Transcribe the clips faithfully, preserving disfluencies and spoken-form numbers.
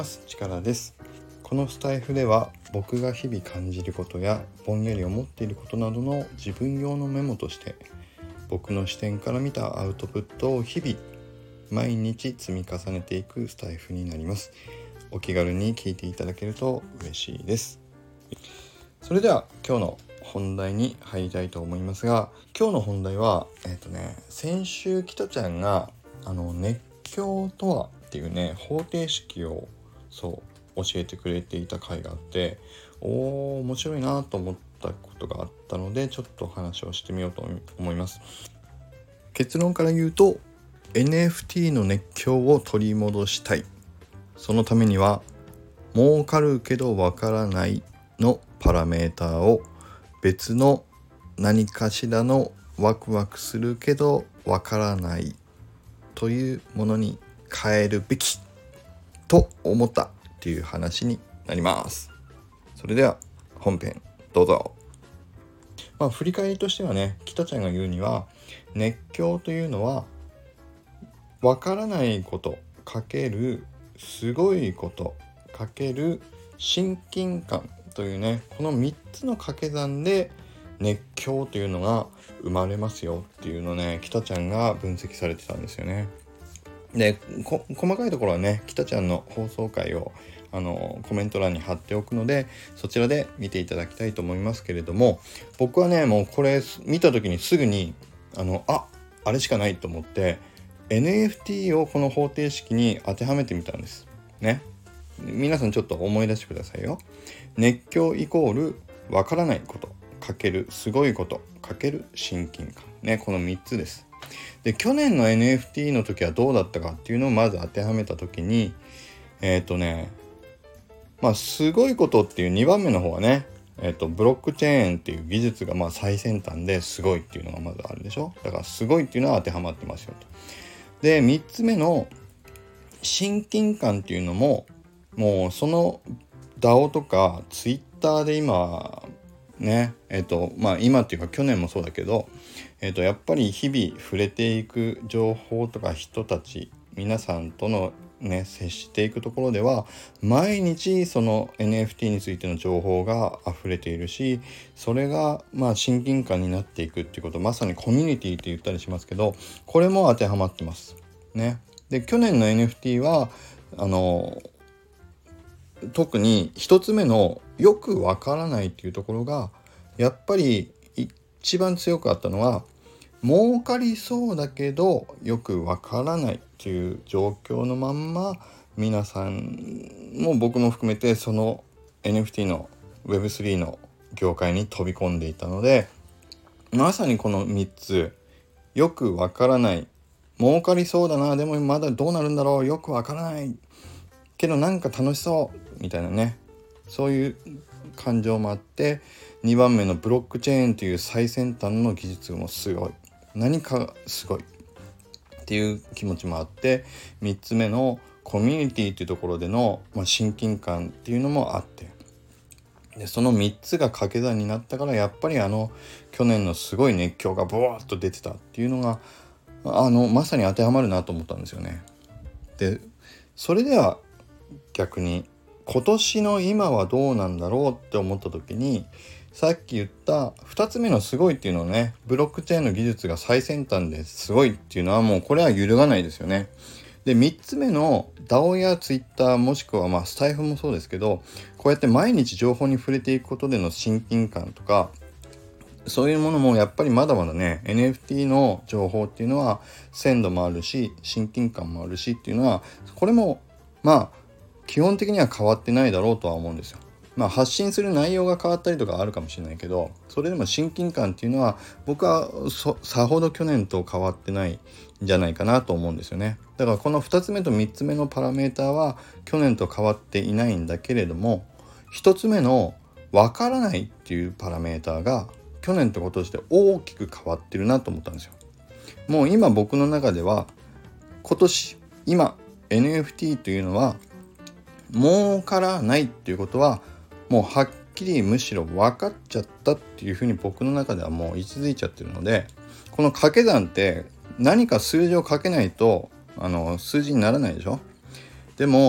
ます力です。このスタイフでは僕が日々感じることやぼんやり思っていることなどの自分用のメモとして僕の視点から見たアウトプットを日々毎日積み重ねていくスタイフになります。お気軽に聞いていただけると嬉しいです。それでは今日の本題に入りたいと思いますが、今日の本題はえっとね先週キトちゃんがあの熱狂とはっていうね方程式をそう教えてくれていた回があって、おー面白いなと思ったことがあったのでちょっと話をしてみようと思います。結論から言うと エヌエフティー の熱狂を取り戻したい。そのためには儲かるけどわからないのパラメーターを別の何かしらのワクワクするけどわからないというものに変えるべきと思ったっていう話になります。それでは本編どうぞ。まあ振り返りとしてはね、キトちゃんが言うには熱狂というのはわからないことかけるすごいことかける親近感というね、このみっつの掛け算で熱狂というのが生まれますよっていうのをね、キトちゃんが分析されてたんですよね。で、細かいところはね、キトちゃんの放送回をあのコメント欄に貼っておくので、そちらで見ていただきたいと思いますけれども、僕はねもうこれ見た時にすぐにあのああれしかないと思って エヌエフティー をこの方程式に当てはめてみたんですね。皆さんちょっと思い出してくださいよ。熱狂イコールわからないことかけるすごいことかける親近感ね、このみっつです。で、去年の エヌエフティー の時はどうだったかっていうのをまず当てはめた時にえっとねまあすごいことっていうにばんめの方はね、えっとブロックチェーンっていう技術がまあ最先端ですごいっていうのがまずあるでしょ。だからすごいっていうのは当てはまってますよと。でみっつめの親近感っていうのももうその ダオ とか Twitter で今ねえっとまあ今っていうか去年もそうだけど、えっとやっぱり日々触れていく情報とか人たち皆さんとのね接していくところでは毎日その エヌエフティー についての情報が溢れているし、それがまあ親近感になっていくっていうこと、まさにコミュニティって言ったりしますけど、これも当てはまってますね。で去年の エヌエフティー はあの特に一つ目のよくわからないっていうところがやっぱり一番強くあったのは、儲かりそうだけどよくわからないっていう状況のまんま皆さんも僕も含めてその エヌエフティー の ウェブスリー の業界に飛び込んでいたので、まさにこのみっつ、よくわからない、儲かりそうだな、でもまだどうなるんだろう、よくわからないけどなんか楽しそうみたいなね、そういう感情もあって、にばんめのブロックチェーンという最先端の技術もすごい、何かすごいっていう気持ちもあって、みっつめのコミュニティというところでの、まあ、親近感っていうのもあって、でそのみっつが掛け算になったからやっぱりあの去年のすごい熱狂がボワーッと出てたっていうのがあのまさに当てはまるなと思ったんですよね。でそれでは逆に今年の今はどうなんだろうって思った時に、さっき言ったふたつめのすごいっていうのはね、ブロックチェーンの技術が最先端ですごいっていうのはもうこれは揺るがないですよね。でみっつめの ダオ や Twitter もしくはまあスタイフもそうですけど、こうやって毎日情報に触れていくことでの親近感とかそういうものもやっぱりまだまだね エヌエフティー の情報っていうのは鮮度もあるし親近感もあるしっていうのは、これもまあ基本的には変わってないだろうとは思うんですよ。まあ発信する内容が変わったりとかあるかもしれないけど、それでも親近感っていうのは僕はそさほど去年と変わってないんじゃないかなと思うんですよね。だからこのふたつめとみっつめのパラメーターは去年と変わっていないんだけれども、ひとつめのわからないっていうパラメーターが去年と今年で大きく変わってるなと思ったんですよ。もう今僕の中では今年今 エヌエフティー というのは儲からないっていうことはもうはっきりむしろ分かっちゃったっていうふうに僕の中ではもう位置づいちゃってるので、この掛け算って何か数字をかけないとあの数字にならないでしょ。でも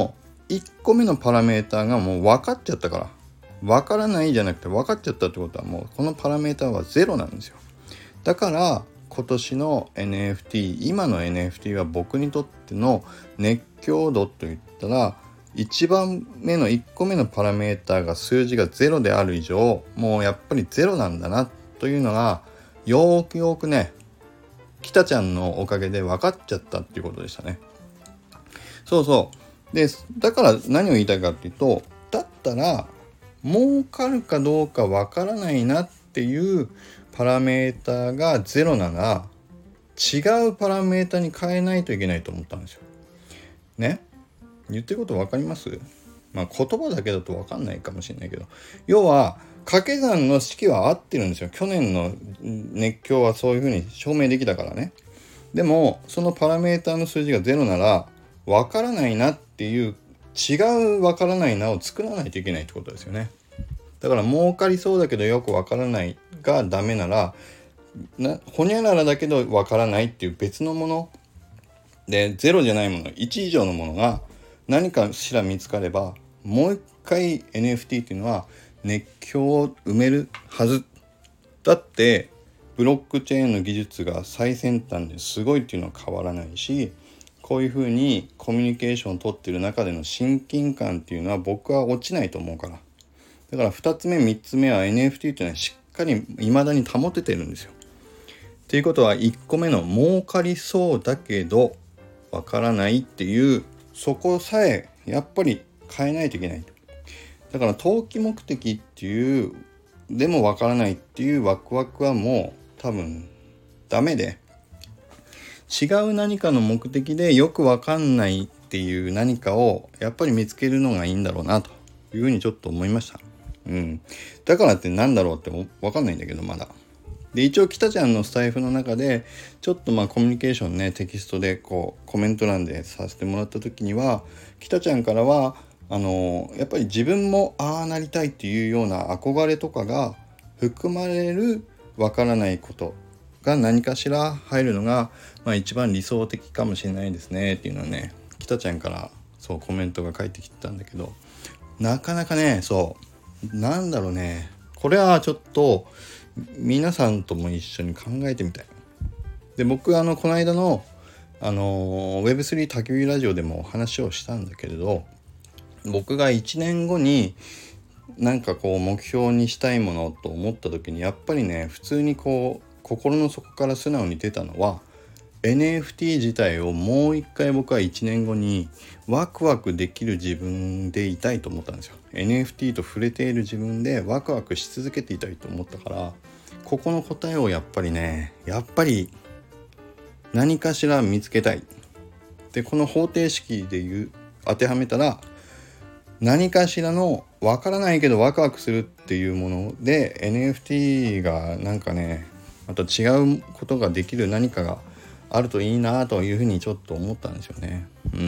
いっこめのパラメーターがもう分かっちゃったから、分からないじゃなくて分かっちゃったってことはもうこのパラメーターはゼロなんですよ。だから今年の エヌエフティー、今の エヌエフティー は僕にとっての熱狂度といったら、いちばんめのいっこめのパラメーターが数字がゼロである以上、もうやっぱりゼロなんだなというのがよーくよーくね、北ちゃんのおかげで分かっちゃったっていうことでしたね。そうそうで、だから何を言いたいかっていうと、だったら儲かるかどうか分からないなっていうパラメーターがゼロなら、違うパラメーターに変えないといけないと思ったんですよね。言ってること分かります？まあ言葉だけだと分かんないかもしれないけど、要は掛け算の式は合ってるんですよ。去年の熱狂はそういうふうに証明できたからね。でもそのパラメーターの数字がゼロなら、分からないなっていう違う分からないなを作らないといけないってことですよね。だから儲かりそうだけどよく分からないがダメなら、なほにゃららだけど分からないっていう別のもので、ゼロじゃないもの、いち以上のものが何かしら見つかれば、もう一回 エヌエフティー っていうのは熱狂を埋めるはずだって。ブロックチェーンの技術が最先端ですごいっていうのは変わらないし、こういうふうにコミュニケーションを取っている中での親近感っていうのは僕は落ちないと思うから。だからふたつめみっつめは エヌエフティー っていうのはしっかり未だに保ててるんですよ。っていうことは、いっこめの儲かりそうだけどわからないっていう、そこさえやっぱり変えないといけない。だから投機目的っていうでもわからないっていうワクワクはもう多分ダメで、違う何かの目的でよくわかんないっていう何かをやっぱり見つけるのがいいんだろうなというふうにちょっと思いました。うん。だからってなんだろうってわかんないんだけど、まだ。で、一応北ちゃんのスタイフの中でちょっとまあコミュニケーションね、テキストでこうコメント欄でさせてもらった時には、北ちゃんからはあのやっぱり自分もああなりたいっていうような憧れとかが含まれるわからないことが何かしら入るのが、まあ、一番理想的かもしれないですねっていうのはね、北ちゃんからそうコメントが返ってきてたんだけど、なかなかね、そうなんだろうね、これはちょっと皆さんとも一緒に考えてみたい。で、僕あのこの間のあの ウェブスリー 焚き火ラジオでも話をしたんだけれど、僕がいちねんごになんかこう目標にしたいものと思った時に、やっぱりね、普通にこう心の底から素直に出たのは エヌエフティー 自体をもう一回僕はいちねんごにワクワクできる自分でいたいと思ったんですよ。 エヌエフティー と触れている自分でワクワクし続けていたいと思ったから、ここの答えをやっぱりね、やっぱり何かしら見つけたい。で、この方程式で言う当てはめたら、何かしらのわからないけどワクワクするっていうもので エヌエフティー がなんかね、また違うことができる何かがあるといいなというふうにちょっと思ったんですよね。うん、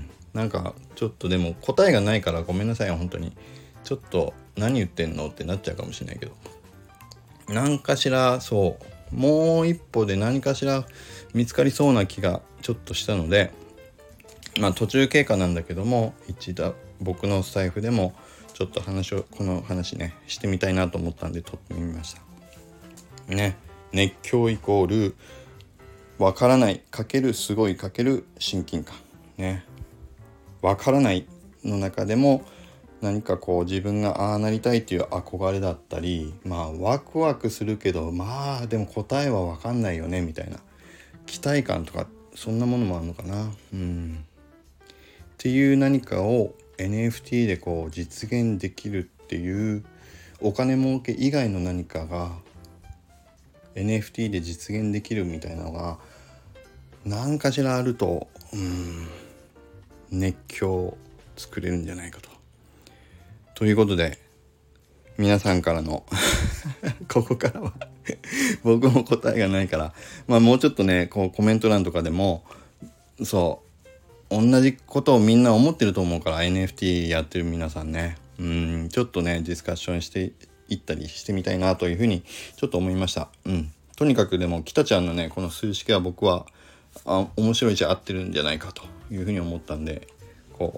なんかちょっとでも答えがないからごめんなさい、本当にちょっと何言ってんのってなっちゃうかもしれないけど、何かしらそうもう一歩で何かしら見つかりそうな気がちょっとしたので、まあ途中経過なんだけども、一度僕のスタイフでもちょっと話をこの話ねしてみたいなと思ったんで撮ってみましたね。熱狂イコールわからないかけるすごいかける親近感ね。わからないの中でも何かこう自分がああなりたいっていう憧れだったり、まあワクワクするけどまあでも答えはわかんないよねみたいな期待感とか、そんなものもあるのかな。うんっていう何かを エヌエフティー でこう実現できるっていう、お金儲け以外の何かが エヌエフティー で実現できるみたいなのが何かしらあると、うーん熱狂を作れるんじゃないかと。ということで皆さんからのここからは僕も答えがないから、まあもうちょっとねこうコメント欄とかでもそう同じことをみんな思ってると思うから、 エヌエフティー やってる皆さんね、うんちょっとねディスカッションしていったりしてみたいなというふうにちょっと思いました。うんとにかくでも北ちゃんのねこの数式は僕はあ面白いし合ってるんじゃないかというふうに思ったんで、こ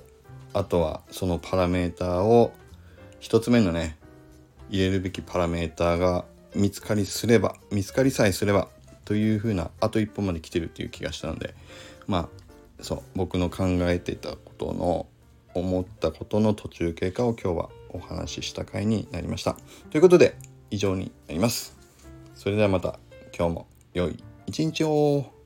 あとはそのパラメーターを一つ目のね入れるべきパラメーターが見つかりすれば見つかりさえすればという風なあと一歩まで来てるっていう気がしたので、まあそう僕の考えていたことの思ったことの途中経過を今日はお話しした回になりました。ということで以上になります。それではまた今日も良い一日を。